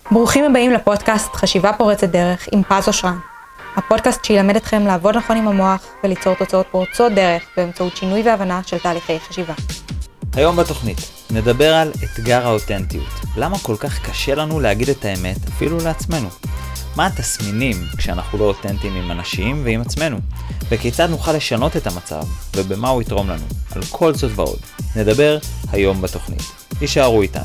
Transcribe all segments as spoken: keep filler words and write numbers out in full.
ברוכים הבאים לפודקאסט חשיבה פורצת דרך עם פז אושרן. הפודקאסט שילמד אתכם לעבוד נכון עם המוח וליצור תוצאות פורצות דרך באמצעות שינוי והבנה של תהליכי חשיבה. היום בתוכנית נדבר על אתגר האותנטיות. למה כל כך קשה לנו להגיד את האמת אפילו לעצמנו? מה התסמינים כשאנחנו לא אותנטיים עם אנשים ועם עצמנו? וכיצד נוכל לשנות את המצב ובמה הוא יתרום לנו? על כל זאת ועוד נדבר היום בתוכנית. יישארו איתנו.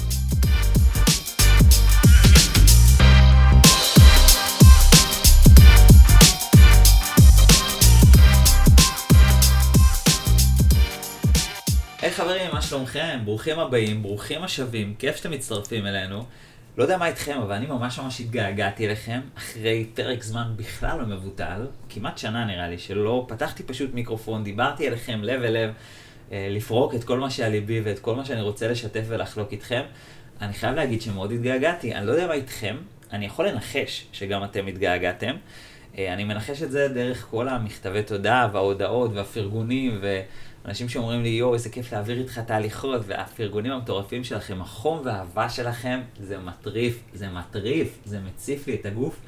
היי חברים, מה שלומכם? ברוכים הבאים, ברוכים השבים, כיף שאתם מצטרפים אלינו. לא יודע מה איתכם, אבל אני ממש ממש התגעגעתי אליכם אחרי פרק זמן בכלל לא מבוטל, כמעט שנה נראה לי, שלא פתחתי פשוט מיקרופון, דיברתי אליכם לב אל לב, לפרוק את כל מה שעל ליבי ואת כל מה שאני רוצה לשתף ולחלוק איתכם. אני חייב להגיד שמאוד התגעגעתי, אני לא יודע מה איתכם, אני יכול לנחש שגם אתם התגעגעתם. אני מנחש את זה דרך כל המכתבי תודה וההודעות והפרגונים ואנשים שאומרים לי, יו, איזה כיף להעביר איתך תהליכות, והפרגונים המטורפים שלכם, החום והאהבה שלכם, זה מטריף, זה מטריף, זה מציף לי את הגוף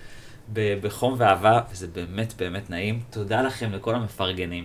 בחום ואהבה, וזה באמת באמת נעים. תודה לכם לכל המפרגנים.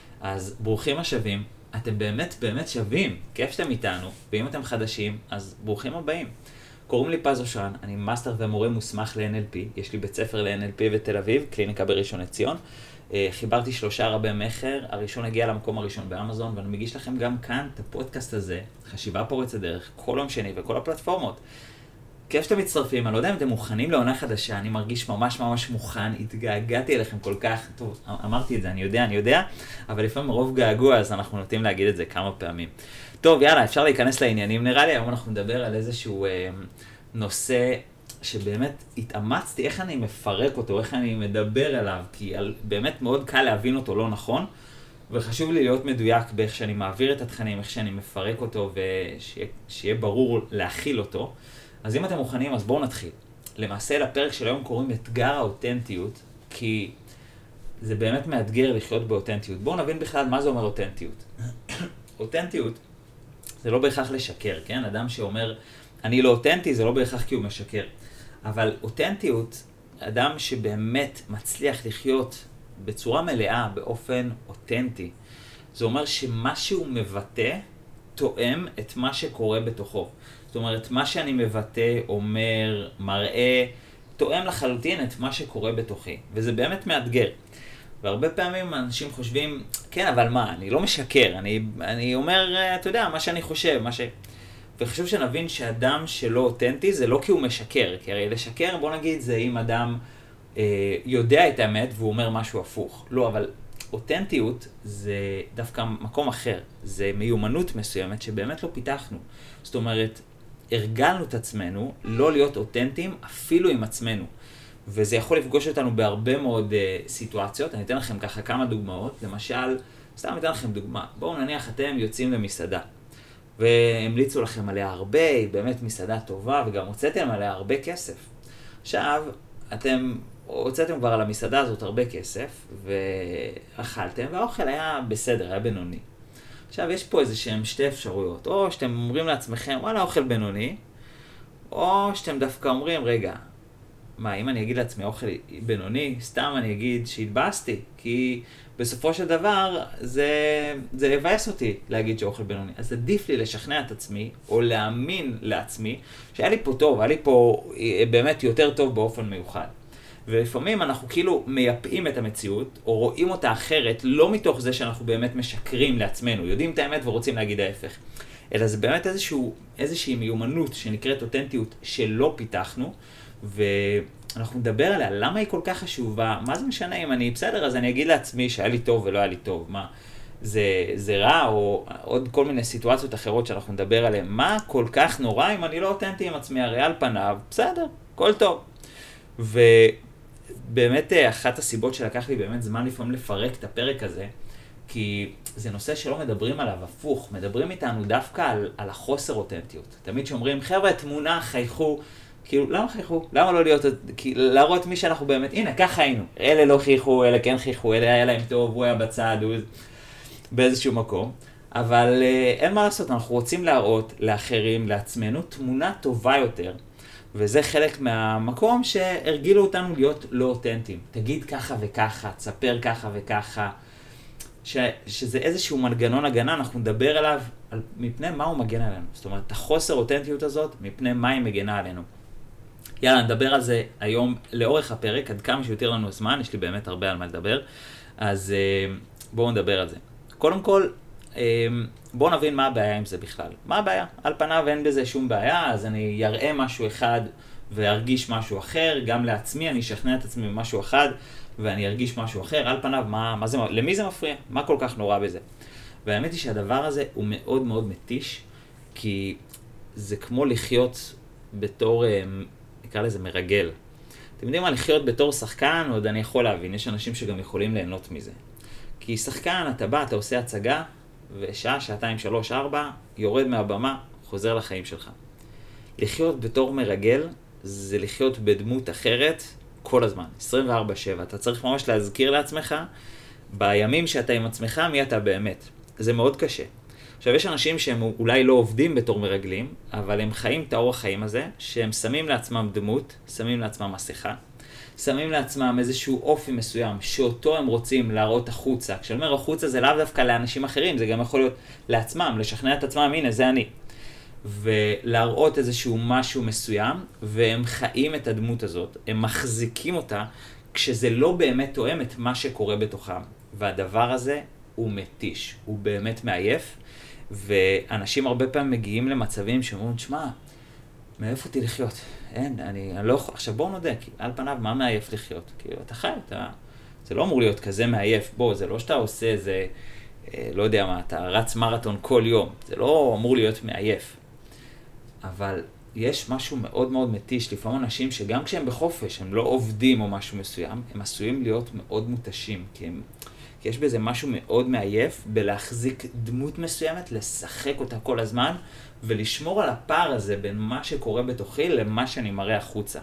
אז ברוכים השבים, אתם באמת באמת שווים, כיף שאתם איתנו, ואם אתם חדשים, אז ברוכים הבאים. קוראים לי פז אושרן, אני מאסטר ומורה מוסמך ל-אן אל פי, יש לי בית ספר ל-אן אל פי בתל אביב, קליניקה בראשון לציון. חיברתי שלושה רבי מחר, הראשון הגיע למקום הראשון באמזון, ואני מגיש לכם גם כאן את הפודקאסט הזה, חשיבה פורצת דרך, כל יום שני וכל הפלטפורמות. כיף שאתם מצטרפים, אני לא יודע אם אתם מוכנים לעונה חדשה, אני מרגיש ממש ממש מוכן, התגעגעתי אליכם כל כך, טוב, אמרתי את זה, אני יודע, אני יודע, אבל לפעמים מרוב געגוע, אז אנחנו נוטים להגיד את זה כמה פעמים. טוב, יאללה, אפשר להיכנס לעניינים נראה לי, היום אנחנו נדבר על איזשהו אה, נושא שבאמת התאמצתי, איך אני מפרק אותו, איך אני מדבר עליו, כי באמת מאוד קל להבין אותו לא נכון, וחשוב לי להיות מדויק באיך שאני מעביר את התכנים, איך שאני מפרק אותו, ושיהיה ברור להכיל אותו. אז אם אתם מוכנים, אז בואו נתחיל. למעשה לפרק של היום קוראים אתגר האותנטיות, כי זה באמת מאתגר לחיות באותנטיות. בואו נבין בכלל מה זה אומר אותנטיות. אותנטיות זה לא בהכרח לשקר, כן? אדם שאומר אני לא אותנטי, זה לא בהכרח כי הוא משקר. אבל אותנטיות, אדם שבאמת מצליח לחיות בצורה מלאה, באופן אותנטי, זה אומר שמה שהוא מבטא תואם את מה שקורה בתוכו. זאת אומרת, מה שאני מבטא, אומר, מראה, תואם לחלוטין את מה שקורה בתוכי. וזה באמת מאתגר. והרבה פעמים אנשים חושבים, כן, אבל מה, אני לא משקר, אני, אני אומר, אתה יודע, מה שאני חושב, מה ש... וחשוב שנבין שאדם שלא אותנטי זה לא כי הוא משקר, כי הרי לשקר, בוא נגיד, זה אם אדם אה, יודע את האמת והוא אומר משהו הפוך. לא, אבל אותנטיות זה דווקא מקום אחר, זה מיומנות מסוימת שבאמת לא פיתחנו. זאת אומרת, הרגלנו את עצמנו לא להיות אותנטיים אפילו עם עצמנו. וזה יכול לפגוש אותנו בהרבה מאוד uh, סיטואציות. אני אתן לכם ככה כמה דוגמאות. למשל, סתם אתן לכם דוגמה. בואו נניח אתם יוצאים למסעדה. והמליצו לכם עליה הרבה, באמת מסעדה טובה, וגם הוצאתם עליה הרבה כסף. עכשיו, אתם הוצאתם כבר על המסעדה הזאת הרבה כסף, ואכלתם, והאוכל היה בסדר, היה בינוני. עכשיו, יש פה איזה שהם שתי אפשרויות. או שאתם אומרים לעצמכם, וואלה, אוכל בינוני, או שאתם דווקא אומרים, רגע, מה, אם אני אגיד לעצמי אוכל בינוני, סתם אני אגיד שהתבאסתי, כי בסופו של דבר זה, זה לבאס אותי להגיד שאוכל בינוני. אז עדיף לי לשכנע את עצמי, או להאמין לעצמי, שהיה לי פה טוב, היה לי פה באמת יותר טוב באופן מיוחד. ולפעמים אנחנו כאילו מייפאים את המציאות, או רואים אותה אחרת, לא מתוך זה שאנחנו באמת משקרים לעצמנו, יודעים את האמת ורוצים להגיד ההפך. אלא זה באמת איזשהו, איזושהי מיומנות שנקראת אותנטיות שלא פיתחנו, ואנחנו נדבר עליה, למה היא כל כך חשובה, מה זה משנה אם אני בסדר, אז אני אגיד לעצמי שהיה לי טוב ולא היה לי טוב, מה, זה, זה רע, או עוד כל מיני סיטואציות אחרות שאנחנו נדבר עליהן, מה כל כך נורא אם אני לא אותנטי עם עצמי, הרי על פניו, בסדר, כל טוב. ובאמת אחת הסיבות שלקח לי באמת זמן לפעמים לפרק את הפרק הזה, כי זה נושא שלא מדברים עליו, הפוך, מדברים איתנו דווקא על, על החוסר אותנטיות. תמיד שאומרים, חבר'ה, תמונה, חייכו, כאילו, למה חייכו? למה לא להיות, להראות מי שאנחנו באמת, הנה, ככה היינו. אלה לא חייכו, אלה כן חייכו, אלה היה להם טוב, הוא היה בצד, הוא באיזשהו מקום. אבל אין מה לעשות, אנחנו רוצים להראות לאחרים, לעצמנו, תמונה טובה יותר. וזה חלק מהמקום שהרגילו אותנו להיות לא אותנטיים. תגיד ככה וככה, תספר ככה וככה, ש, שזה איזשהו מנגנון הגנה, אנחנו נדבר עליו על, מפני מה הוא מגן עלינו. זאת אומרת, החוסר אותנטיות הזאת, מפני מה היא מגנה עלינו. יאללה, נדבר על זה היום לאורך הפרק, עד כמה שיותר לנו זמן, יש לי באמת הרבה על מה לדבר, אז בואו נדבר על זה. קודם כל, בואו נבין מה הבעיה עם זה בכלל. מה הבעיה? על פניו אין בזה שום בעיה, אז אני יראה משהו אחד וארגיש משהו אחר, גם לעצמי אני אשכנע את עצמי במשהו אחד, ואני ארגיש משהו אחר. על פניו, מה, מה זה, למי זה מפריע? מה כל כך נורא בזה? והאמת היא שהדבר הזה הוא מאוד מאוד מתיש, כי זה כמו לחיות בתור, נקרא לזה מרגל. אתם יודעים מה, לחיות בתור שחקן, עוד אני יכול להבין, יש אנשים שגם יכולים ליהנות מזה. כי שחקן, אתה בא, אתה עושה הצגה, ושעה, שעתיים, שלוש, ארבע, יורד מהבמה, חוזר לחיים שלך. לחיות בתור מרגל, זה לחיות בדמות אחרת כל הזמן, עשרים וארבע שבע. אתה צריך ממש להזכיר לעצמך, בימים שאתה עם עצמך, מי אתה באמת. זה מאוד קשה. עכשיו, יש אנשים שהם אולי לא עובדים בתור מרגלים, אבל הם חיים את האורח חיים הזה, שהם שמים לעצמם דמות, שמים לעצמם מסכה, שמים לעצמם איזשהו אופי מסוים, שאותו הם רוצים להראות החוצה. כשאני אומר החוצה זה לאו דווקא לאנשים אחרים, זה גם יכול להיות לעצמם, לשכנע את עצמם, הנה זה אני. ולהראות איזשהו משהו מסוים, והם חיים את הדמות הזאת, הם מחזיקים אותה, כשזה לא באמת תואם את מה שקורה בתוכם. והדבר הזה הוא מתיש, הוא באמת מעייף, ואנשים הרבה פעמים מגיעים למצבים שאומרים, שמע, מאיפה אותי לחיות? אין, אני, אני לא יכול, עכשיו בואו נודה, כי על פניו מה מעייף לחיות? כאילו, אתה חי, אתה, זה לא אמור להיות כזה מעייף, בוא, זה לא שאתה עושה איזה, אה, לא יודע מה, אתה רץ מרתון כל יום, זה לא אמור להיות מעייף. אבל יש משהו מאוד מאוד מתיש, לפעמים אנשים שגם כשהם בחופש, הם לא עובדים או משהו מסוים, הם עשויים להיות מאוד מותשים, כי, הם, כי יש בזה משהו מאוד מעייף, בלהחזיק דמות מסוימת, לשחק אותה כל הזמן, ולשמור על הפער הזה בין מה שקורה בתוכי למה שאני מראה החוצה.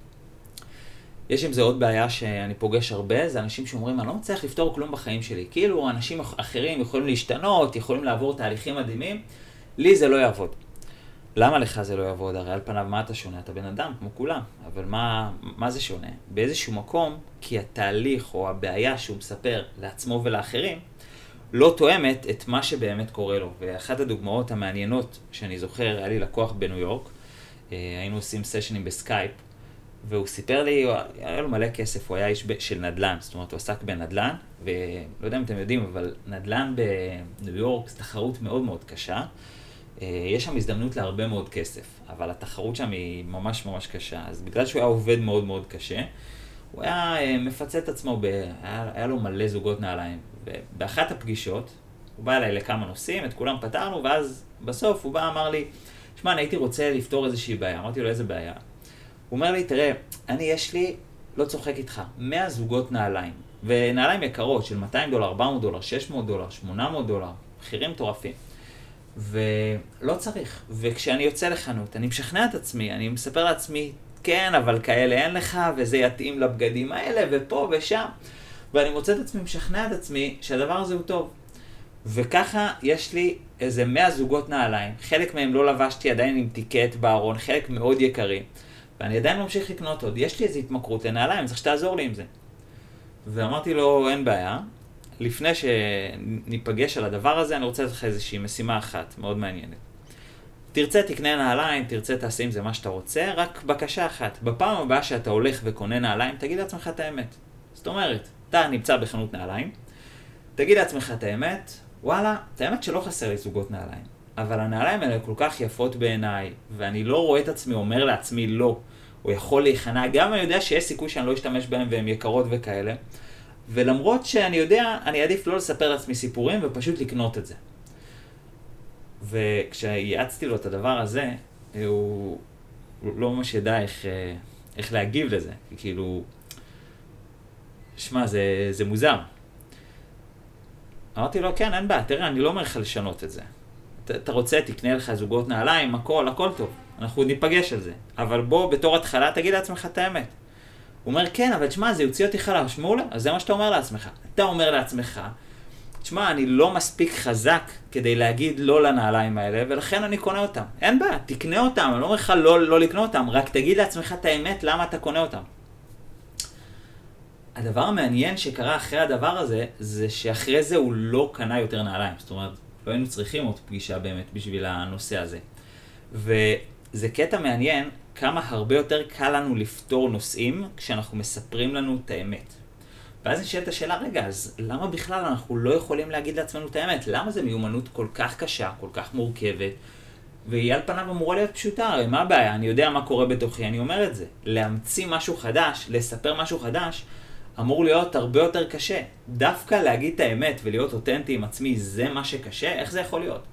יש עם זה עוד בעיה שאני פוגש הרבה, זה אנשים שאומרים, אני לא מצליח לפתור כלום בחיים שלי. כאילו אנשים אחרים יכולים להשתנות, יכולים לעבור תהליכים מדהימים, לי זה לא יעבוד. למה לך זה לא יעבוד? הרי על פניו מה אתה שונה? אתה בן אדם כמו כולם, אבל מה, מה זה שונה? באיזשהו מקום, כי התהליך או הבעיה שהוא מספר לעצמו ולאחרים, לא תואמת את מה שבאמת קורה לו. ואחת הדוגמאות המעניינות שאני זוכר, היה לי לקוח בניו יורק, היינו עושים סשנים בסקייפ, והוא סיפר לי, היה לו מלא כסף, הוא היה איש של נדל"ן, זאת אומרת הוא עסק בנדל"ן, ולא יודע אם אתם יודעים, אבל נדל"ן בניו יורק זה תחרות מאוד מאוד קשה, יש שם הזדמנות להרבה מאוד כסף, אבל התחרות שם היא ממש ממש קשה, אז בגלל שהוא היה עובד מאוד מאוד קשה, הוא היה מפצה את עצמו, ב... היה, היה לו מלא זוגות נעליים, ובאחת הפגישות, הוא בא אליי לכמה נושאים, את כולם פתרנו, ואז בסוף הוא בא, אמר לי, שמע, אני הייתי רוצה לפתור איזושהי בעיה, אמרתי לו איזה בעיה. הוא אומר לי, תראה, אני יש לי, לא צוחק איתך, מאה זוגות נעליים, ונעליים יקרות של מאתיים דולר, ארבע מאות דולר, שש מאות דולר, שמונה מאות דולר, מחירים מטורפים. ולא צריך, וכשאני יוצא לחנות, אני משכנע את עצמי, אני מספר לעצמי, כן, אבל כאלה אין לך, וזה יתאים לבגדים האלה, ופה ושם. ואני מוצא את עצמי, משכנע את עצמי, שהדבר הזה הוא טוב. וככה יש לי איזה מאה זוגות נעליים, חלק מהם לא לבשתי עדיין עם טיקט בארון, חלק מאוד יקרים, ואני עדיין ממשיך לקנות עוד. יש לי איזו התמכרות לנעליים, צריך שתעזור לי עם זה. ואמרתי לו, אין בעיה. לפני שניפגש על הדבר הזה, אני רוצה לתת לך איזושהי משימה אחת, מאוד מעניינת. תרצה תקנה נעליים, תרצה תעשה עם זה מה שאתה רוצה, רק בקשה אחת. בפעם הבאה שאתה הולך וקונה נעליים, תגיד לעצמך את האמת. זאת אומרת, אתה נמצא בחנות נעליים, תגיד לעצמך את האמת, וואלה, את האמת שלא חסר לי זוגות נעליים. אבל הנעליים האלה כל כך יפות בעיניי, ואני לא רואה את עצמי, אומר לעצמי לא, או יכול להיכנע, גם אני יודע שיש סיכוי שאני לא אשתמש בהם והן יקרות וכאלה, ולמרות שאני יודע, אני עדיף לא לספר לעצמי סיפורים ופשוט לקנות את זה. וכשייעצתי לו את הדבר הזה, הוא, הוא לא ממש ידע איך, איך להגיב לזה. כאילו, שמע, זה, זה מוזר. אמרתי לו, כן, אין בעיה, תראה, אני לא אומר לך לשנות את זה. אתה, אתה רוצה, תקנה לך זוגות נעליים, הכל, הכל טוב. אנחנו ניפגש על זה. אבל בוא, בתור התחלה, תגיד לעצמך את האמת. הוא אומר, כן, אבל שמה, זה יוציא אותי חלש, מעולה. אז זה מה שאתה אומר לעצמך. אתה אומר לעצמך, תשמע, אני לא מספיק חזק כדי להגיד לא לנעליים האלה, ולכן אני קונה אותם. אין בעיה, תקנה אותם, אני לא אומר לך לא, לא לקנות אותם, רק תגיד לעצמך את האמת למה אתה קונה אותם. הדבר המעניין שקרה אחרי הדבר הזה, זה שאחרי זה הוא לא קנה יותר נעליים. זאת אומרת, לא היינו צריכים עוד פגישה באמת בשביל הנושא הזה. וזה קטע מעניין כמה הרבה יותר קל לנו לפתור נושאים כשאנחנו מספרים לנו את האמת. ואז נשאלת השאלה, רגע, אז למה בכלל אנחנו לא יכולים להגיד לעצמנו את האמת? למה זה מיומנות כל כך קשה, כל כך מורכבת, והיא על פניו אמורה להיות פשוטה? הרי מה הבעיה? אני יודע מה קורה בתוכי, אני אומר את זה. להמציא משהו חדש, לספר משהו חדש, אמור להיות הרבה יותר קשה. דווקא להגיד את האמת ולהיות אותנטי עם עצמי, זה מה שקשה? איך זה יכול להיות?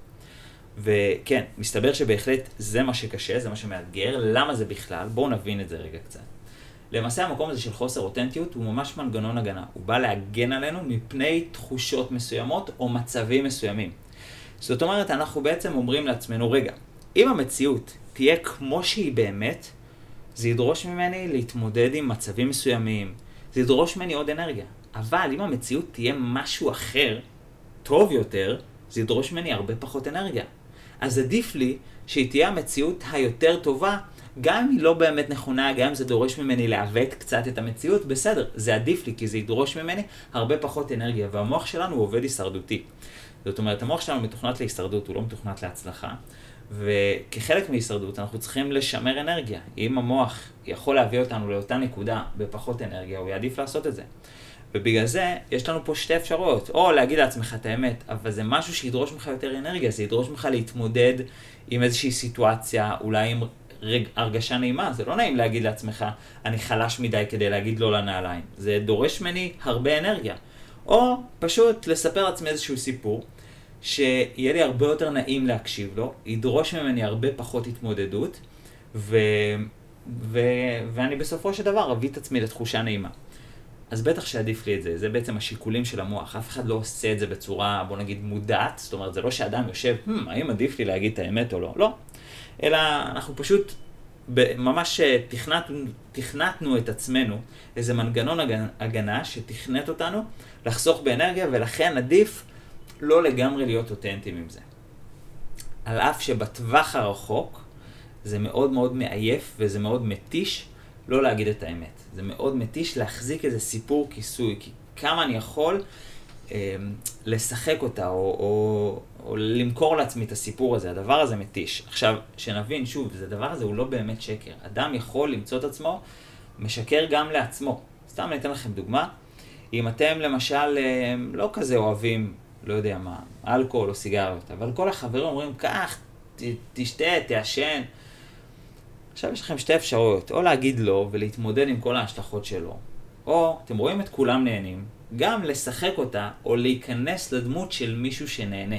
וכן, מסתבר שבהחלט זה מה שקשה, זה מה שמאתגר. למה זה בכלל? בואו נבין את זה רגע קצת. למעשה המקום הזה של חוסר אותנטיות הוא ממש מנגנון הגנה. הוא בא להגן עלינו מפני תחושות מסוימות או מצבים מסוימים. זאת אומרת, אנחנו בעצם אומרים לעצמנו, רגע, אם המציאות תהיה כמו שהיא באמת, זה ידרוש ממני להתמודד עם מצבים מסוימים, זה ידרוש ממני עוד אנרגיה. אבל אם המציאות תהיה משהו אחר, טוב יותר, זה ידרוש ממני הרבה פחות אנרגיה. אז עדיף לי שהיא תהיה המציאות היותר טובה, גם אם היא לא באמת נכונה, גם אם זה דורש ממני לעוות קצת את המציאות, בסדר, זה עדיף לי, כי זה ידרוש ממני הרבה פחות אנרגיה, והמוח שלנו הוא עובד הישרדותי. זאת אומרת, המוח שלנו מתוכנת להישרדות, הוא לא מתוכנת להצלחה, וכחלק מהישרדות אנחנו צריכים לשמר אנרגיה. אם המוח יכול להביא אותנו לאותה נקודה בפחות אנרגיה, הוא יעדיף לעשות את זה. ובגלל זה יש לנו פה שתי אפשרויות, או להגיד לעצמך את האמת, אבל זה משהו שידרוש ממך יותר אנרגיה, זה ידרוש ממך להתמודד עם איזושהי סיטואציה, אולי עם רג, הרגשה נעימה. זה לא נעים להגיד לעצמך, אני חלש מדי כדי להגיד לא לנעליים. זה דורש ממני הרבה אנרגיה. או פשוט לספר לעצמי איזשהו סיפור, שיהיה לי הרבה יותר נעים להקשיב לו, ידרוש ממני הרבה פחות התמודדות, ו... ו... ואני בסופו של דבר אביא את עצמי לתחושה נעימה. אז בטח שעדיף לי את זה, זה בעצם השיקולים של המוח, אף אחד לא עושה את זה בצורה, בוא נגיד, מודעת, זאת אומרת, זה לא שאדם יושב, hmm, האם עדיף לי להגיד את האמת או לא? לא. אלא אנחנו פשוט ממש תכנתנו, תכנתנו את עצמנו, איזה מנגנון הגנה שתכנת אותנו לחסוך באנרגיה, ולכן עדיף לא לגמרי להיות אותנטיים עם זה. על אף שבטווח הרחוק זה מאוד מאוד מעייף וזה מאוד מתיש לא להגיד את האמת. זה מאוד מתיש להחזיק איזה סיפור כיסוי, כי כמה אני יכול אה, לשחק אותה או, או, או למכור לעצמי את הסיפור הזה. הדבר הזה מתיש. עכשיו, שנבין שוב, זה הדבר הזה הוא לא באמת שקר. אדם יכול למצוא את עצמו, משקר גם לעצמו. סתם אני אתן לכם דוגמה. אם אתם למשל אה, לא כזה אוהבים, לא יודע מה, אלכוהול או סיגריות, אבל כל החברים אומרים, כך, ת, תשתה, תעשן. עכשיו יש לכם שתי אפשרויות, או להגיד לא ולהתמודד עם כל ההשלכות שלו, או אתם רואים את כולם נהנים, גם לשחק אותה או להיכנס לדמות של מישהו שנהנה.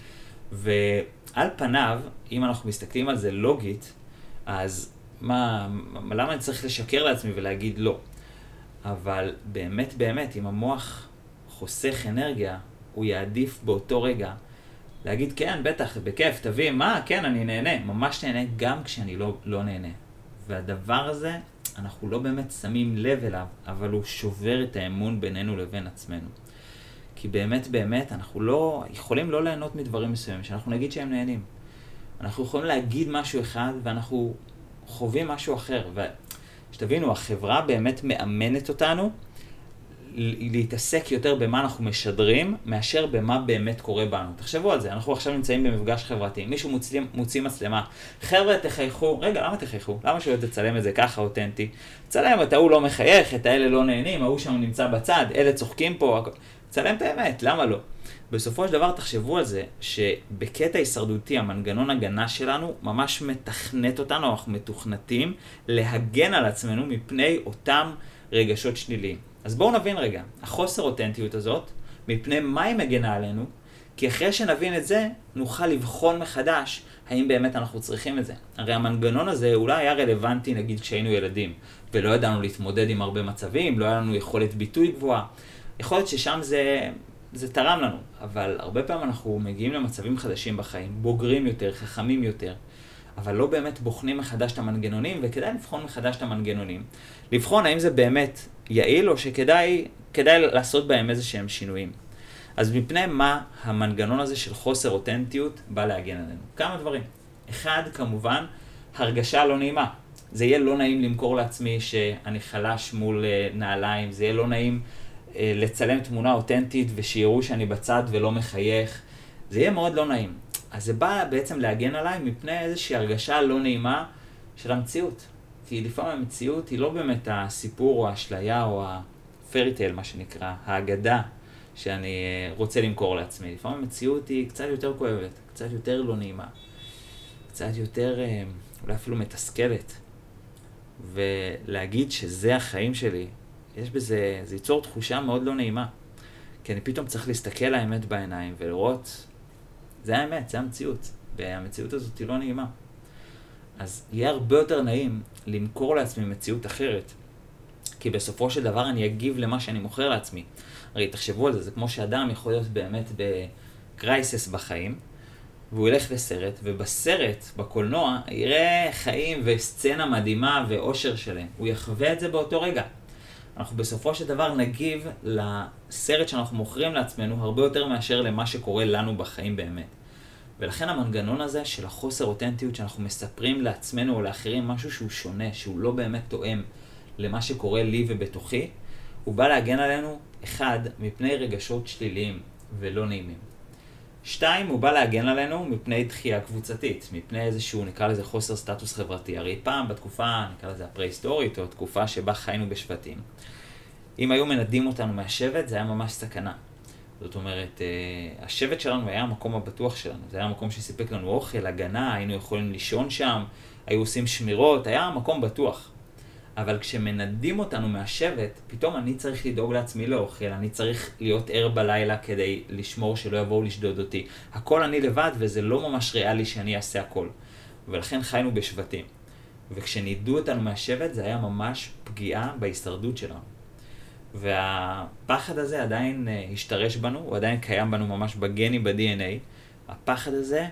ועל פניו, אם אנחנו מסתכלים על זה לוגית, אז מה, למה אני צריך לשקר לעצמי ולהגיד לא? אבל באמת באמת, אם המוח חוסך אנרגיה, הוא יעדיף באותו רגע להגיד כן, בטח, בכיף, תביא, מה, כן, אני נהנה, ממש נהנה גם כשאני לא, לא נהנה. והדבר הזה, אנחנו לא באמת שמים לב אליו, אבל הוא שובר את האמון בינינו לבין עצמנו. כי באמת באמת, אנחנו לא, יכולים לא ליהנות מדברים מסוימים, שאנחנו נגיד שהם נהנים. אנחנו יכולים להגיד משהו אחד, ואנחנו חווים משהו אחר. ושתבינו, החברה באמת מאמנת אותנו, להתעסק יותר במה אנחנו משדרים, מאשר במה באמת קורה בנו. תחשבו על זה, אנחנו עכשיו נמצאים במפגש חברתי, מישהו מוציא, מוציא מצלמה, חבר'ה תחייכו, רגע, למה תחייכו? למה שלא תצלם את זה ככה אותנטי? צלם, את ההוא לא מחייך, את האלה לא נהנים, ההוא שם נמצא בצד, אלה צוחקים פה, צלם את האמת, למה לא? בסופו של דבר תחשבו על זה, שבקטע הישרדותי, המנגנון הגנה שלנו ממש מתכנת אותנו, אנחנו מתוכנתים להגן על עצמנו מפני אותם רגשות שליליים. אז בואו נבין רגע, החוסר אותנטיות הזאת, מפני מה היא מגנה עלינו, כי אחרי שנבין את זה, נוכל לבחון מחדש האם באמת אנחנו צריכים את זה. הרי המנגנון הזה אולי היה רלוונטי נגיד כשהיינו ילדים, ולא ידענו להתמודד עם הרבה מצבים, לא היה לנו יכולת ביטוי גבוהה. יכול להיות ששם זה, זה תרם לנו, אבל הרבה פעמים אנחנו מגיעים למצבים חדשים בחיים, בוגרים יותר, חכמים יותר, אבל לא באמת בוחנים מחדש את המנגנונים, וכדאי לבחון מחדש את המנגנונים. לבחון האם זה באמת יעיל, או שכדאי כדאי לעשות בהם איזה שהם שינויים. אז מפני מה המנגנון הזה של חוסר אותנטיות בא להגן עלינו? כמה דברים. אחד, כמובן, הרגשה לא נעימה. זה יהיה לא נעים למכור לעצמי שאני חלש מול נעליים, זה יהיה לא נעים לצלם תמונה אותנטית ושיראו שאני בצד ולא מחייך. זה יהיה מאוד לא נעים. אז זה בא בעצם להגן עליי מפני איזושהי הרגשה לא נעימה של המציאות. כי לפעמים המציאות היא לא באמת הסיפור או האשליה או הפריטייל, מה שנקרא, האגדה שאני רוצה למכור לעצמי. לפעמים המציאות היא קצת יותר כואבת, קצת יותר לא נעימה, קצת יותר אולי אפילו מתסכלת. ולהגיד שזה החיים שלי, יש בזה, זה ייצור תחושה מאוד לא נעימה. כי אני פתאום צריך להסתכל לאמת בעיניים ולראות, זה האמת, זה המציאות. והמציאות הזאת היא לא נעימה. אז יהיה הרבה יותר נעים למכור לעצמי מציאות אחרת. כי בסופו של דבר אני אגיב למה שאני מוכר לעצמי. הרי תחשבו על זה, זה כמו שאדם יכול להיות באמת בקרייסס בחיים, והוא ילך לסרט, ובסרט, בקולנוע, יראה חיים וסצנה מדהימה ואושר שלהם. הוא יחווה את זה באותו רגע. אנחנו בסופו של דבר נגיב לסרט שאנחנו מוכרים לעצמנו הרבה יותר מאשר למה שקורה לנו בחיים באמת. ולכן המנגנון הזה של החוסר אותנטיות שאנחנו מספרים לעצמנו או לאחרים משהו שהוא שונה, שהוא לא באמת תואם למה שקורה לי ובתוכי, הוא בא להגן עלינו, אחד, מפני רגשות שליליים ולא נעימים. שתיים, הוא בא להגן עלינו מפני דחייה קבוצתית, מפני איזשהו, נקרא לזה חוסר סטטוס חברתי. הרי פעם בתקופה, נקרא לזה הפרה-היסטורית, או תקופה שבה חיינו בשבטים, אם היו מנדים אותנו מהשבט, זה היה ממש סכנה. זאת אומרת, השבט שלנו היה המקום הבטוח שלנו, זה היה המקום שסיפק לנו אוכל, הגנה, היינו יכולים לישון שם, היו עושים שמירות, היה המקום בטוח. אבל כשמנדים אותנו מהשבט, פתאום אני צריך לדאוג לעצמי לאוכל, אני צריך להיות ער בלילה כדי לשמור שלא יבואו לשדוד אותי. הכל אני לבד, וזה לא ממש ריאלי שאני אעשה הכל. ולכן חיינו בשבטים. וכשנידו אותנו מהשבט, זה היה ממש פגיעה בהישרדות שלנו. והפחד הזה עדיין השתרש בנו, הוא עדיין קיים בנו ממש בגנים, ב-די אן איי. הפחד הזה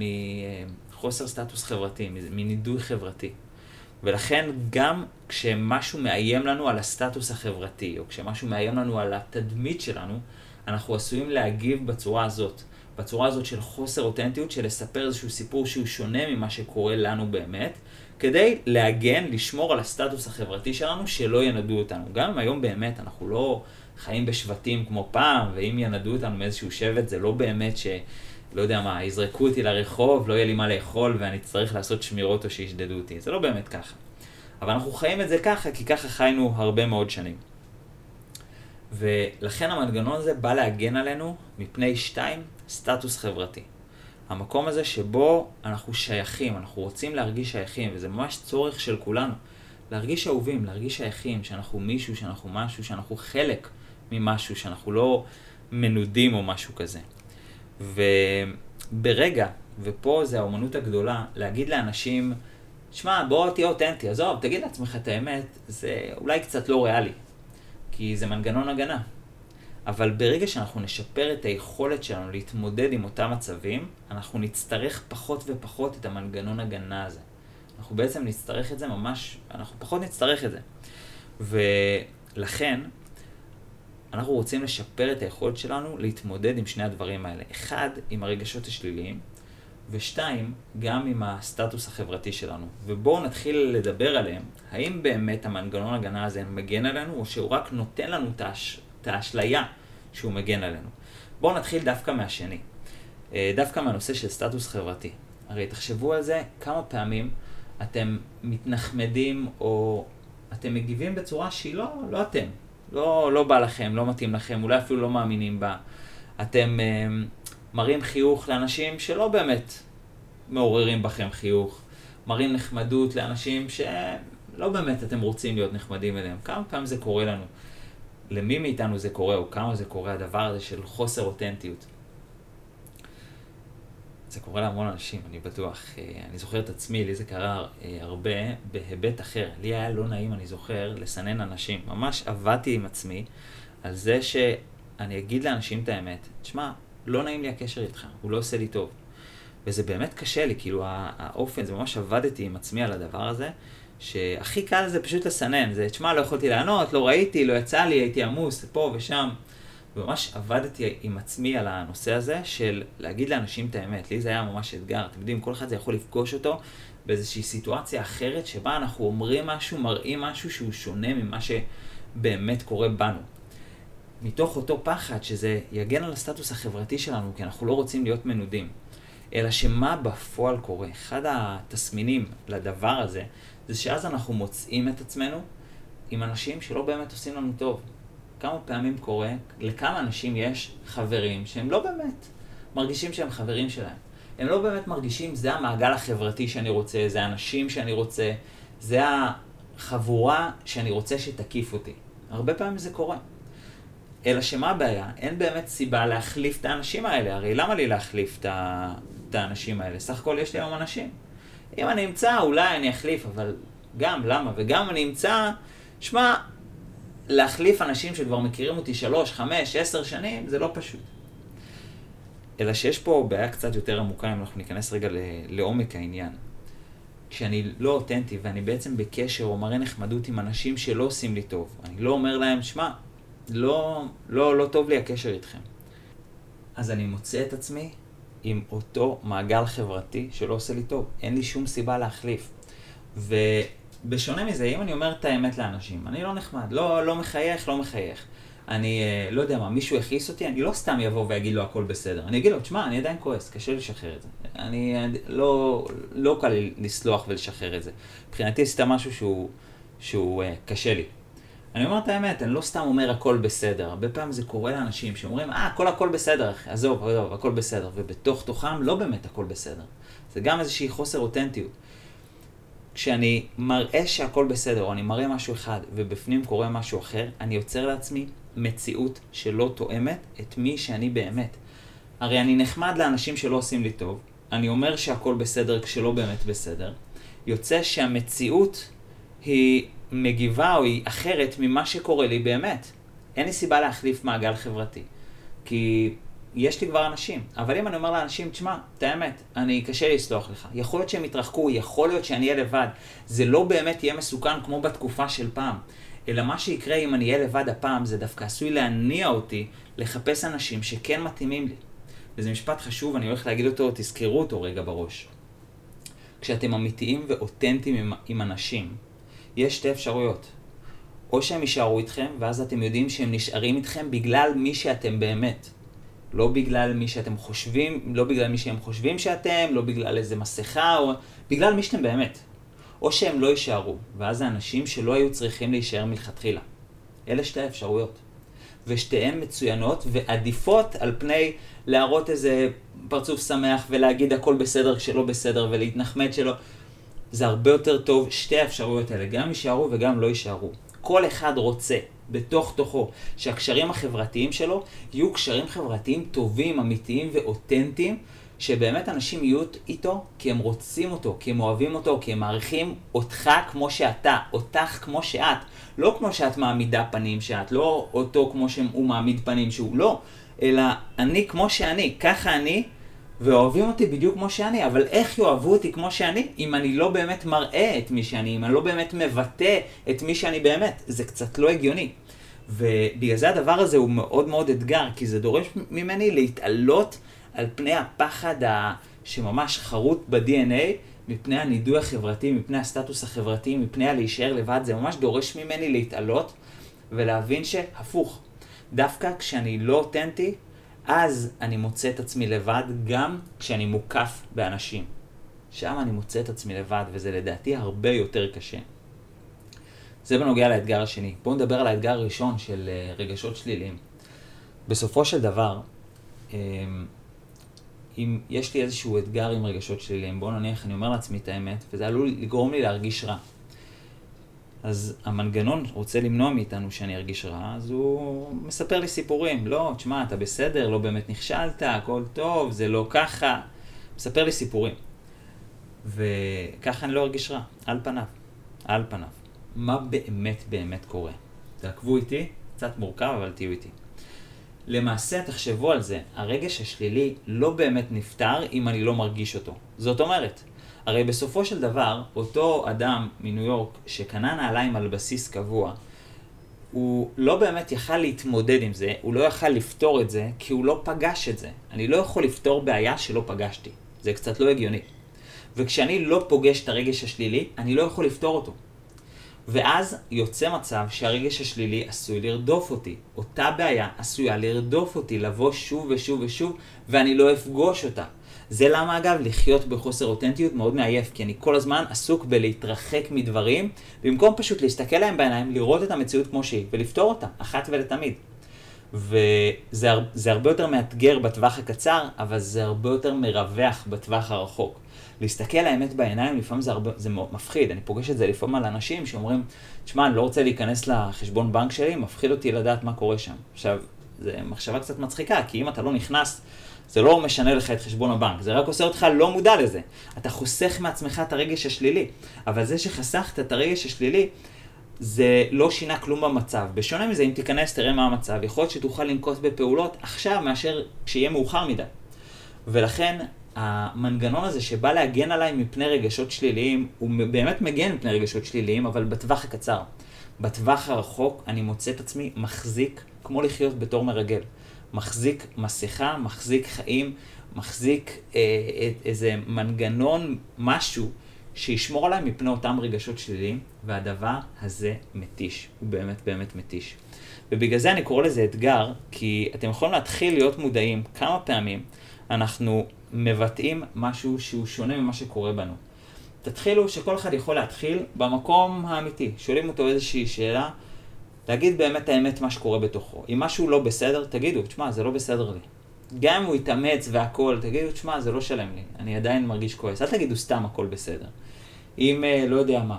מחוסר סטטוס חברתי, מנידוי חברתי. ולכן גם כשמשהו מאיים לנו על הסטטוס החברתי, או כשמשהו מאיים לנו על התדמית שלנו, אנחנו עשויים להגיב בצורה הזאת. בצורה הזאת של חוסר אותנטיות, של לספר איזשהו סיפור שהוא שונה ממה שקורה לנו באמת, כדי להגן, לשמור על הסטטוס החברתי שלנו, שלא ינדו אותנו. גם אם היום באמת אנחנו לא חיים בשבטים כמו פעם, ואם ינדו אותנו מאיזשהו שבט, זה לא באמת ש... לא יודע מה, יזרקו אותי לרחוב, לא יהיה לי מה לאכול, ואני צריך לעשות שמירות או שישדדו אותי. זה לא באמת ככה. אבל אנחנו חיים את זה ככה, כי ככה חיינו הרבה מאוד שנים. ולכן המנגנון הזה בא להגן עלינו מפני שתיים, סטטוס חברתי. המקום הזה שבו אנחנו שייכים, אנחנו רוצים להרגיש שייכים, וזה ממש צורך של כולנו. להרגיש אהובים, להרגיש שייכים, שאנחנו מישהו, שאנחנו משהו, שאנחנו חלק ממשהו, שאנחנו לא מנודים או משהו כזה. וברגע, ופה זה האומנות הגדולה, להגיד לאנשים, תשמע, בוא תהיה אותנטי, עזוב, תגיד לעצמך את האמת, זה אולי קצת לא ריאלי, כי זה מנגנון הגנה. אבל ברגע שאנחנו נשפר את היכולת שלנו להתמודד עם אותם מצבים, אנחנו נצטרך פחות ופחות את המנגנון הגנה הזה. אנחנו בעצם נצטרך את זה ממש, אנחנו פחות נצטרך את זה. ולכן, אנחנו רוצים לשפר את היכולת שלנו להתמודד עם שני הדברים האלה. אחד, עם הרגשות השליליים, ושתיים, גם עם הסטטוס החברתי שלנו. ובואו נתחיל לדבר עליהם. האם באמת המנגנון הגנה הזה מגן עלינו, או שהוא רק נותן לנו את האשליה שהוא מגן עלינו? בואו נתחיל דווקא מהשני. דווקא מהנושא של סטטוס חברתי. הרי תחשבו על זה, כמה פעמים אתם מתנחמדים, או אתם מגיבים בצורה שהיא לא, לא אתם. לא, לא בא לכם, לא מתאים לכם, אולי אפילו לא מאמינים בה. אתם uh, מראים חיוך לאנשים שלא באמת מעוררים בכם חיוך. מראים נחמדות לאנשים שלא באמת אתם רוצים להיות נחמדים אליהם. כמה פעמים זה קורה לנו? למי מאיתנו זה קורה, או כמה זה קורה הדבר הזה של חוסר אותנטיות? זה קורה להמון אנשים, אני בטוח. אני זוכר את עצמי, לי זה קרה הרבה בהיבט אחר. לי היה לא נעים, אני זוכר, לסנן אנשים. ממש עבדתי עם עצמי על זה שאני אגיד לאנשים את האמת. תשמע, לא נעים לי הקשר איתך, הוא לא עושה לי טוב. וזה באמת קשה לי, כאילו האופן, זה ממש עבדתי עם עצמי על הדבר הזה, שהכי קל זה פשוט לסנן. זה, תשמע, לא יכולתי לענות, לא ראיתי, לא יצא לי, הייתי עמוס, פה ושם. וממש עבדתי עם עצמי על הנושא הזה של להגיד לאנשים את האמת. לי זה היה ממש אתגר. אתם יודעים, כל אחד זה יכול לפגוש אותו באיזושהי סיטואציה אחרת שבה אנחנו אומרים משהו, מראים משהו שהוא שונה ממה שבאמת קורה בנו. מתוך אותו פחד שזה יגן על הסטטוס החברתי שלנו, כי אנחנו לא רוצים להיות מנודים. אלא שמה בפועל קורה. אחד התסמינים לדבר הזה, זה שאז אנחנו מוצאים את עצמנו עם אנשים שלא באמת עושים לנו טוב. כמה פעמים קורה, לכמה אנשים יש חברים שהם לא באמת מרגישים שהם חברים שלהם. הם לא באמת מרגישים, זה המעגל החברתי שאני רוצה, זה האנשים שאני רוצה, זה החבורה שאני רוצה שתקיף אותי. הרבה פעמים זה קורה. אלא שמה הבעיה? אין באמת סיבה להחליף את האנשים האלה. הרי למה לי להחליף את, ה... את האנשים האלה? סך הכל יש לי היום אנשים. אם אני אמצא, אולי אני אחליף, אבל גם, למה? וגם אני אמצא, שמה, להחליף אנשים שכבר מכירים אותי שלוש, חמש, עשר שנים, זה לא פשוט. אלא שיש פה בעיה קצת יותר עמוקה, אם אנחנו ניכנס רגע לעומק העניין. כשאני לא אותנטי ואני בעצם בקשר או מראה נחמדות עם אנשים שלא עושים לי טוב, אני לא אומר להם, שמה, לא, לא, לא טוב לי הקשר איתכם. אז אני מוצא את עצמי עם אותו מעגל חברתי שלא עושה לי טוב. אין לי שום סיבה להחליף. ובשונה מזה, אם אני אומר את האמת לאנשים, אני לא נחמד, לא, לא מחייך, לא מחייך. אני לא יודע מה, מישהו הכעיס אותי, אני לא סתם יבוא ויגיד לו הכל בסדר. אני אגיד לו, תשמע, אני עדיין כועס, קשה לי לשחרר את זה. אני לא, לא קל לי לסלוח ולשחרר את זה. מבחינתי עשית משהו שהוא, שהוא קשה לי. אני אומר את האמת, אני לא סתם אומר הכל בסדר. הרבה פעמים זה קורה לאנשים שאומרים, אה, הכל הכל בסדר, עזוב, עזוב, הכל בסדר. ובתוך תוכם לא באמת הכל בסדר. זה גם איזושהי חוסר אותנטיות. כשאני מראה שהכל בסדר, או אני מראה משהו אחד, ובפנים קורה משהו אחר, אני יוצר לעצמי מציאות שלא תואמת את מי שאני באמת. הרי אני נחמד לאנשים שלא עושים לי טוב, אני אומר שהכל בסדר כשלא באמת בסדר, יוצא שהמציאות היא מגיבה או היא אחרת ממה שקורה לי באמת. אין לי סיבה להחליף מעגל חברתי, כי יש לי כבר אנשים. אבל אם אני אומר לאנשים, תשמע, את האמת, אני קשה לי לסלוח לך. יכול להיות שהם יתרחקו, יכול להיות שאני אהיה לבד. זה לא באמת יהיה מסוכן כמו בתקופה של פעם. אלא מה שיקרה אם אני אהיה לבד הפעם, זה דווקא עשוי להניע אותי לחפש אנשים שכן מתאימים לי. וזה משפט חשוב, אני הולך להגיד אותו, תזכרו אותו רגע בראש. כשאתם אמיתיים ואותנטיים עם, עם אנשים, יש שתי אפשרויות. או שהם יישארו איתכם, ואז אתם יודעים שהם נשארים איתכם בגלל מי שאתם באמת. לא בגלל מי שאתם חושבים, לא בגלל מי שהם חושבים שאתם, לא בגלל איזה מסכה, או בגלל מי שאתם באמת. או שהם לא יישארו, ואז האנשים שלא היו צריכים להישאר מלכתחילה. אלה שתי האפשרויות. ושתיהן מצוינות ועדיפות על פני להראות איזה פרצוף שמח ולהגיד הכל בסדר כשלא בסדר ולהתנחמד שלו. זה הרבה יותר טוב, שתי האפשרויות האלה, גם יישארו וגם לא יישארו. כל אחד רוצה בתוך תוכו שהקשרים החברתיים שלו יהיו קשרים חברתיים טובים, אמיתיים ואותנטיים, שבאמת אנשים יהיו איתו כי הם רוצים אותו, כי הם אוהבים אותו, כי הם מעריכים אותך כמו שאתה, אותך כמו שאת. לא כמו שאת מעמידה פנים שאת, לא אותו כמו שהוא מעמיד פנים שהוא, לא. אלא אני כמו שאני, ככה אני, ואוהבים אותי בדיוק כמו שאני. אבל איך יאהבו אותי כמו שאני אם אני לא באמת מראה את מי שאני, אם אני לא באמת מבטא את מי שאני באמת? זה קצת לא הגיוני. ובגלל זה הדבר הזה הוא מאוד מאוד אתגר, כי זה דורש ממני להתעלות על פני הפחד שממש חרוט ב-די אן איי, מפני הנידוי החברתי, מפני הסטטוס החברתי, מפני הלהישאר לבד. זה ממש דורש ממני להתעלות ולהבין שהפוך. דווקא כשאני לא אותנטי, אז אני מוצא את עצמי לבד גם כשאני מוקף באנשים. שם אני מוצא את עצמי לבד, וזה לדעתי הרבה יותר קשה. זה בנוגע לאתגר השני. בואו נדבר על האתגר הראשון של רגשות שליליים. בסופו של דבר, אם יש לי איזשהו אתגר עם רגשות שליליים, בואו נניח, אני אומר לעצמי את האמת, וזה עלול לגרום לי להרגיש רע. אז המנגנון רוצה למנוע מאיתנו שאני ארגיש רע, אז הוא מספר לי סיפורים. לא, תשמע, אתה בסדר, לא באמת נכשלת, הכל טוב, זה לא ככה. מספר לי סיפורים. וככה אני לא ארגיש רע, על פניו. על פניו. מה באמת באמת קורה? תעקבו איתי, קצת מורכב, אבל תהיו איתי. למעשה, תחשבו על זה, הרגש השלילי לא באמת נפטר אם אני לא מרגיש אותו. זאת אומרת, הרי בסופו של דבר, אותו אדם מניו יורק שקנה נעליים על בסיס קבוע, הוא לא באמת יכל להתמודד עם זה, הוא לא יכל לפתור את זה, כי הוא לא פגש את זה. אני לא יכול לפתור בעיה שלא פגשתי. זה קצת לא הגיוני. וכשאני לא פוגש את הרגש השלילי, אני לא יכול לפתור אותו. ואז יוצא מצב שהרגש השלילי עשוי לרדוף אותי. אותה בעיה עשויה לרדוף אותי, לבוא שוב ושוב ושוב, ואני לא אפגוש אותה. זה למה אגב לחיות בחוסר אותנטיות מאוד מעייף, כי אני כל הזמן עסוק בלהתרחק מדברים, במקום פשוט להסתכל להם בעיניים, לראות את המציאות כמו שהיא, ולפתור אותה, אחת ולתמיד. וזה זה הרבה יותר מאתגר בטווח הקצר, אבל זה הרבה יותר מרווח בטווח הרחוק. להסתכל האמת בעיניים, לפעמים זה, הרבה, זה מפחיד. אני פוגש את זה לפעמים על אנשים שאומרים, תשמע, אני לא רוצה להיכנס לחשבון בנק שלי, מפחיד אותי לדעת מה קורה שם. עכשיו, זו מחשבה קצת מצחיקה, כי אם אתה לא נכנס, זה לא משנה לך את חשבון הבנק, זה רק עושה אותך לא מודע לזה. אתה חוסך מעצמך את הרגש השלילי, אבל זה שחסכת את הרגש השלילי, זה לא שינה כלום במצב. בשונה מזה, אם תיכנס, תראה מה המצב. יכול להיות שתוכל לנקוט בפעולות עכשיו מאשר כשיהיה מאוחר מדי. ולכן, המנגנון הזה שבא להגן עליי מפני רגשות שליליים, הוא באמת מגן מפני רגשות שליליים, אבל בטווח הקצר. בטווח הרחוק אני מוצא את עצמי מחזיק כמו לחיות בתור מרגל. מחזיק מסכה, מחזיק חיים, מחזיק אה, איזה מנגנון, משהו שישמור עליי מפני אותם רגשות שליליים, והדבר הזה מתיש. הוא באמת באמת מתיש. ובגלל זה אני קורא לזה אתגר, כי אתם יכולים להתחיל להיות מודעים כמה פעמים אנחנו מבטאים משהו שהוא שונה ממה שקורה בנו. תתחילו שכל אחד יכול להתחיל במקום האמיתי. שואלים אותו איזושהי שאלה, להגיד באמת האמת מה שקורה בתוכו. אם משהו לא בסדר, תגידו, תשמע, זה לא בסדר לי. גם אם הוא יתאמץ והכל, תגידו, תשמע, זה לא שלם לי. אני עדיין מרגיש כועס. אל תגידו סתם הכל בסדר. אם לא יודע מה,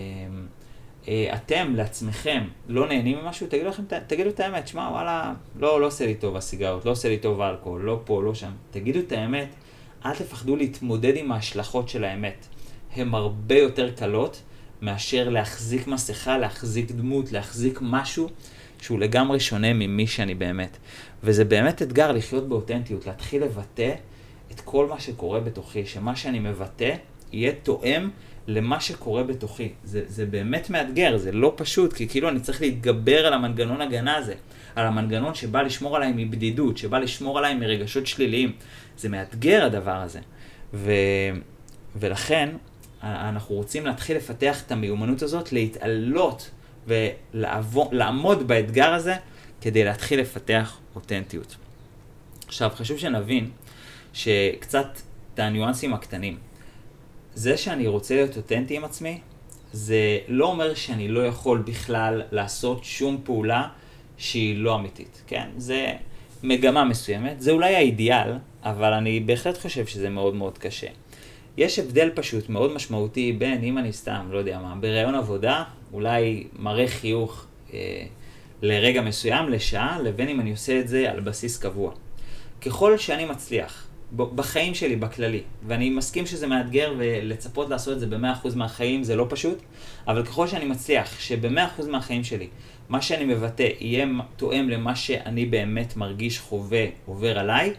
אתם לעצמכם לא נהנים ממשהו, תגידו לכם, תגידו את האמת, תשמע, וואלה, לא, לא עושה לי טוב הסיגרות, לא עושה לי טוב האלכוהול, לא פה, לא שם. תגידו את האמת, אל תפחדו להתמודד עם ההשלכות של האמת. הן הרבה יותר קלות מאשר להחזיק מסכה, להחזיק דמות, להחזיק משהו שהוא לגמרי שונה ממי שאני באמת. וזה באמת אתגר לחיות באותנטיות, להתחיל לבטא את כל מה שקורה בתוכי, שמה שאני מבטא יהיה תואם למה שקורה בתוכי. זה, זה באמת מאתגר, זה לא פשוט, כי כאילו אני צריך להתגבר על המנגנון הגנה הזה, על המנגנון שבא לשמור עליי מבדידות, שבא לשמור עליי מרגשות שליליים. זה מאתגר הדבר הזה. ו, ולכן אנחנו רוצים להתחיל לפתח את המיומנות הזאת, להתעלות ולעמוד באתגר הזה, כדי להתחיל לפתח אותנטיות. עכשיו, חשוב שנבין שקצת את הניואנסים הקטנים. זה שאני רוצה להיות אותנטי עם עצמי, זה לא אומר שאני לא יכול בכלל לעשות שום פעולה שהיא לא אמיתית, כן? זה מגמה מסוימת, זה אולי האידיאל, אבל אני בהחלט חושב שזה מאוד מאוד קשה. יש הבדל פשוט מאוד משמעותי בין, אם אני סתם, לא יודע מה, ברעיון עבודה, אולי מראה חיוך אה, לרגע מסוים, לשעה, לבין אם אני עושה את זה על בסיס קבוע. ככל שאני מצליח, בחיים שלי, בכללי, ואני מסכים שזה מאתגר ולצפות לעשות את זה ב-מאה אחוז מהחיים זה לא פשוט, אבל ככל שאני מצליח שב-מאה אחוז מהחיים שלי, מה שאני מבטא יהיה תואם למה שאני באמת מרגיש, חווה, עובר עליי,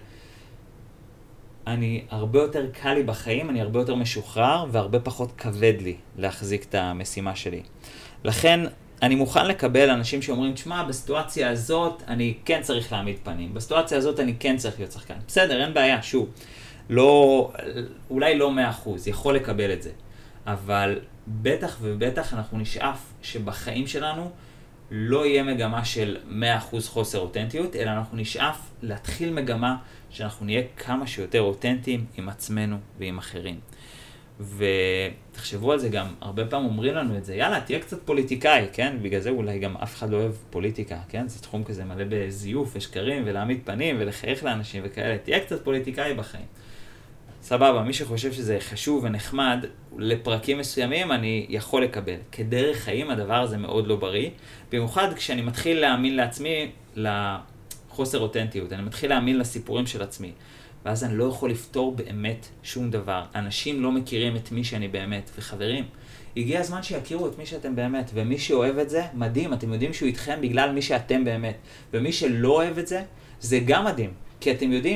אני הרבה יותר קל לי בחיים, אני הרבה יותר משוחרר והרבה פחות כבד לי להחזיק את המשימה שלי. לכן אני מוכן לקבל אנשים שאומרים, תשמע, בסיטואציה הזאת אני כן צריך להעמיד פנים, בסיטואציה הזאת אני כן צריך להיות שחקן. בסדר, אין בעיה, שוב, לא, אולי לא מאה אחוז, יכול לקבל את זה. אבל בטח ובטח אנחנו נשאף שבחיים שלנו לא יהיה מגמה של מאה אחוז חוסר אותנטיות, אלא אנחנו נשאף להתחיל מגמה שאנחנו נהיה כמה שיותר אותנטיים עם עצמנו ועם אחרים. ותחשבו על זה גם, הרבה פעמים אומרים לנו את זה, יאללה, תהיה קצת פוליטיקאי, כן? בגלל זה אולי גם אף אחד לא אוהב פוליטיקה, כן? זה תחום כזה מלא בזיוף ושקרים ולהעמיד פנים ולחייך לאנשים וכאלה, תהיה קצת פוליטיקאי בחיים. סבבה, מי שחושב שזה חשוב ונחמד, לפרקים מסוימים אני יכול לקבל. כדרך חיים הדבר הזה מאוד לא בריא, במיוחד כשאני מתחיל להאמין לעצמי לחוסר אותנטיות, אני מתחיל להאמין לסיפורים של עצמי. ואז אני לא יכול לפתור באמת שום דבר. אנשים לא מכירים את מי שאני באמת. וחברים, הגיע הזמן שיכירו את מי שאתם באמת. ומי שאוהב את זה, מדהים. אתם יודעים שהוא איתכם בגלל מי שאתם באמת. ומי שלא אוהב את זה, זה גם מדהים. כי אתם יודעים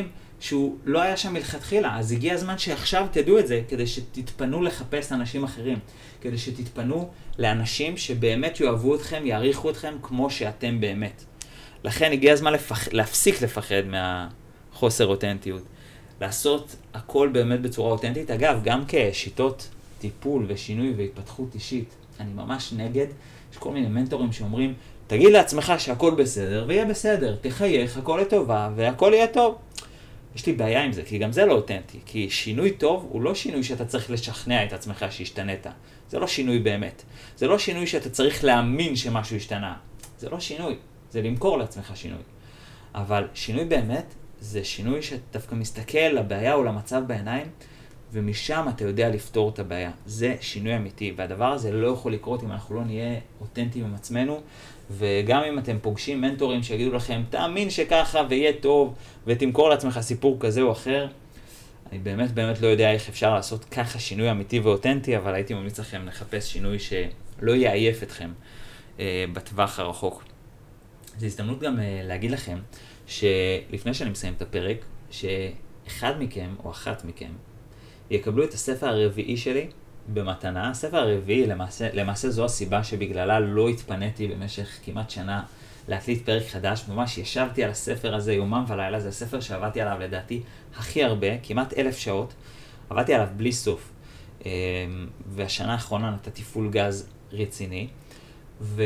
שהוא לא היה שם מלכתחילה. אז הגיע הזמן שעכשיו תדעו את זה, כדי שתתפנו לחפש אנשים אחרים, כדי שתתפנו לאנשים שבאמת יאהבו אתכם, יעריכו אתכם כמו שאתם באמת. לכן הגיע הזמן לפח... להפסיק לפחד מהחוסר אותנטיות. לעשות הכל באמת בצורה אותנטית. אגב, גם כשיטות טיפול ושינוי והתפתחות אישית, אני ממש נגד. יש כל מיני מנטורים שאומרים, תגיד לעצמך שהכל בסדר, ויהיה בסדר. תחייך, הכל לטובה, והכל יהיה טוב. יש לי בעיה עם זה, כי גם זה לא אותנטי. כי שינוי טוב הוא לא שינוי שאתה צריך לשכנע את עצמך שהשתנית. זה לא שינוי באמת. זה לא שינוי שאתה צריך להאמין שמשהו השתנה. זה לא שינוי. זה למכור לעצמך שינוי. אבל שינוי באמת זה שינוי שדווקא מסתכל לבעיה או למצב בעיניים, ומשם אתה יודע לפתור את הבעיה. זה שינוי אמיתי, והדבר הזה לא יכול לקרות אם אנחנו לא נהיה אותנטיים עם עצמנו, וגם אם אתם פוגשים מנטורים שיגידו לכם, תאמין שככה ויהיה טוב, ותמכור לעצמך סיפור כזה או אחר, אני באמת באמת לא יודע איך אפשר לעשות ככה שינוי אמיתי ואותנטי, אבל הייתי ממליץ לכם לחפש שינוי שלא יעייף אתכם אה, בטווח הרחוק. זו הזדמנות גם אה, להגיד לכם, שלפני שאני מסיים את הפרק, שאחד מכם או אחת מכם יקבלו את הספר הרביעי שלי במתנה. הספר הרביעי, למעשה, למעשה זו הסיבה שבגללה לא התפניתי במשך כמעט שנה להקליט פרק חדש. ממש ישבתי על הספר הזה יומם ולילה, זה הספר שעבדתי עליו לדעתי הכי הרבה, כמעט אלף שעות, עבדתי עליו בלי סוף. והשנה האחרונה נתתי פול גז רציני, ו...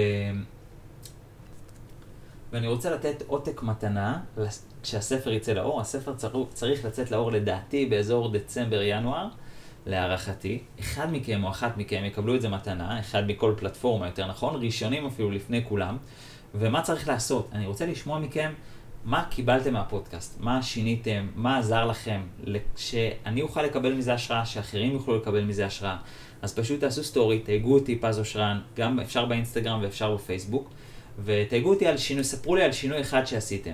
ואני רוצה לתת עותק מתנה כשהספר יצא לאור. הספר צריך לצאת לאור לדעתי באזור דצמבר-ינואר, להערכתי. אחד מכם או אחת מכם יקבלו את זה מתנה, אחד מכל פלטפורמה יותר נכון, ראשונים אפילו לפני כולם. ומה צריך לעשות? אני רוצה לשמוע מכם מה קיבלתם מהפודקאסט, מה שיניתם, מה עזר לכם, שאני אוכל לקבל מזה השראה, שאחרים יוכלו לקבל מזה השראה. אז פשוט תעשו סטורי, תייגו אותי פז אושרן, גם אפשר באינסטגרם ואפשר בפייסבוק, ותייגו אותי על שינוי, ספרו לי על שינוי אחד שעשיתם.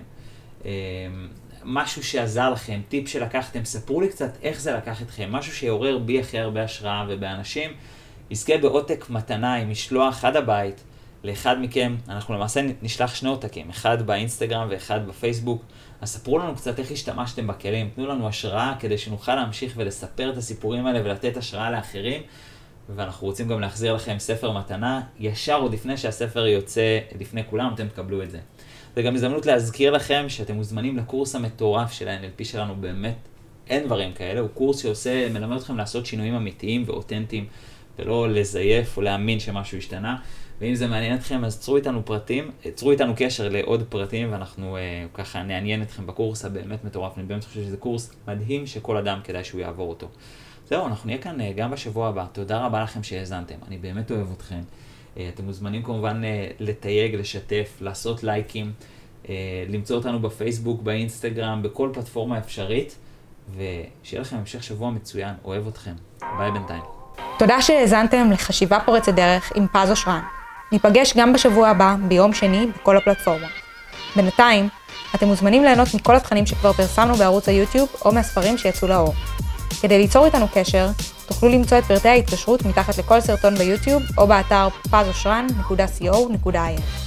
משהו שעזר לכם, טיפ שלקחתם, ספרו לי קצת איך זה לקח אתכם, משהו שיעורר בי הכי הרבה השראה ובאנשים, יזכה בעותק מתנה עם משלוח עד הבית לאחד מכם. אנחנו למעשה נשלח שני עותקים, אחד באינסטגרם ואחד בפייסבוק. אז ספרו לנו קצת איך השתמשתם בכלים, תנו לנו השראה כדי שנוכל להמשיך ולספר את הסיפורים האלה ולתת השראה לאחרים. ואנחנו רוצים גם להחזיר לכם ספר מתנה, ישר עוד לפני שהספר יוצא לפני כולם, אתם תקבלו את זה. זה גם הזדמנות להזכיר לכם שאתם מוזמנים לקורס המטורף של ה-אן אל פי שלנו, באמת אין דברים כאלה, הוא קורס שעושה, מלמד אתכם לעשות שינויים אמיתיים ואותנטיים, ולא לזייף או להאמין שמשהו השתנה. ואם זה מעניין אתכם, אז צרו איתנו פרטים, צרו איתנו קשר לעוד פרטים, ואנחנו אה, ככה נעניין אתכם בקורס הבאמת מטורף. אני באמת חושב שזה קורס מדהים שכל אדם כדאי שהוא יעבור אותו. זהו, אנחנו נהיה כאן גם בשבוע הבא. תודה רבה לכם שהאזנתם. אני באמת אוהב אתכם. אתם מוזמנים כמובן לתייג, לשתף, לעשות לייקים, למצוא אותנו בפייסבוק, באינסטגרם, בכל פלטפורמה אפשרית, ושיהיה לכם המשך שבוע מצוין. אוהב אתכם. ביי בינתיים. תודה שהאזנתם לחשיבה פורצת דרך עם פז אושרן. ניפגש גם בשבוע הבא, ביום שני, בכל הפלטפורמה. בינתיים, אתם מוזמנים ליהנות מכל התכנים שכבר פרסמנו בערוץ היוטיוב או מהספרים שיצאו לאור. כדי ליצור איתנו קשר, תוכלו למצוא את פרטי ההתקשרות מתחת לכל סרטון ביוטיוב או באתר פז אושרן נקודה סי או נקודה איי אן.